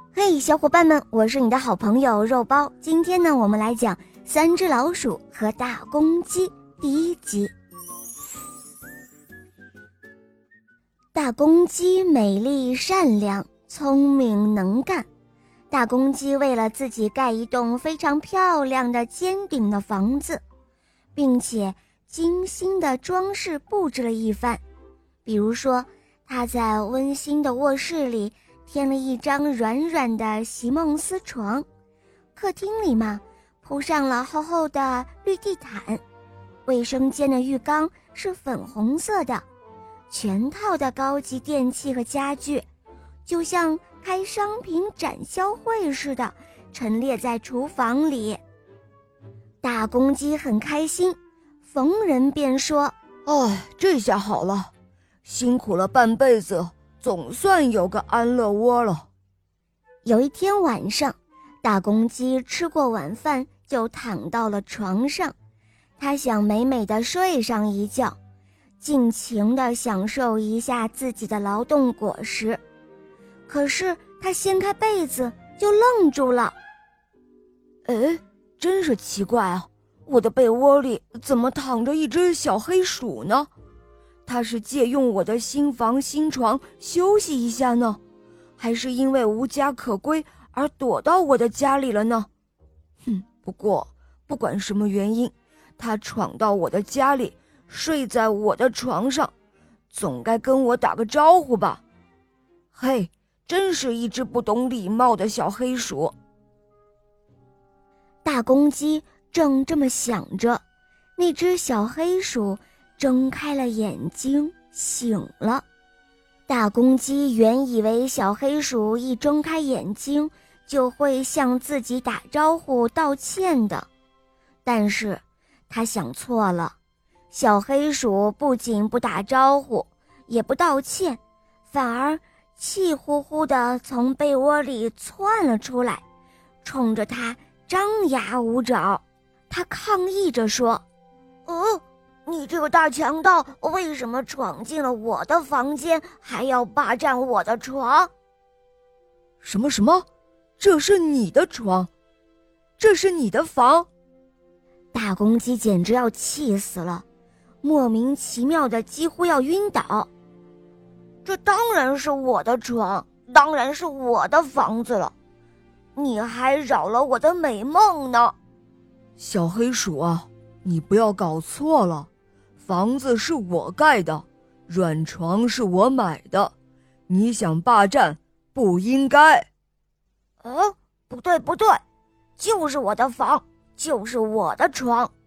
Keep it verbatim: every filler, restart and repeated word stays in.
嘿，小伙伴们，我是你的好朋友肉包。今天呢，我们来讲三只老鼠和大公鸡第一集。大公鸡美丽善良，聪明能干。大公鸡为了自己盖一栋非常漂亮的尖顶的房子，并且精心地装饰布置了一番。比如说，它在温馨的卧室里添了一张软软的席梦思床，客厅里嘛，铺上了厚厚的绿地毯，卫生间的浴缸是粉红色的，全套的高级电器和家具，就像开商品展销会似的，陈列在厨房里。大公鸡很开心，逢人便说： 哎，这下好了，辛苦了半辈子，总算有个安乐窝了。 有一天晚上，大公鸡吃过晚饭就躺到了床上，它想美美地睡上一觉，尽情地享受一下自己的劳动果实。可是它掀开被子就愣住了。 哎，真是奇怪啊，我的被窝里怎么躺着一只小黑鼠呢？它是借用我的新房新床休息一下呢，还是因为无家可归而躲到我的家里了呢？哼，不过不管什么原因，它闯到我的家里，睡在我的床上，总该跟我打个招呼吧。嘿，真是一只不懂礼貌的小黑鼠。 大公鸡正这么想着，那只小黑鼠睁开了眼睛，醒了。大公鸡原以为小黑鼠一睁开眼睛就会向自己打招呼道歉的，但是他想错了。小黑鼠不仅不打招呼，也不道歉，反而气呼呼地从被窝里窜了出来，冲着他张牙舞爪。他抗议着说：哦，你这个大强盗，为什么闯进了我的房间，还要霸占我的床？ 什么什么？这是你的床？这是你的房？ 大公鸡简直要气死了，莫名其妙的几乎要晕倒。这当然是我的床，当然是我的房子了，你还扰了我的美梦呢。 小黑鼠啊，你不要搞错了，房子是我盖的，软床是我买的，你想霸占不应该。 哦，不对不对，就是我的房，就是我的床，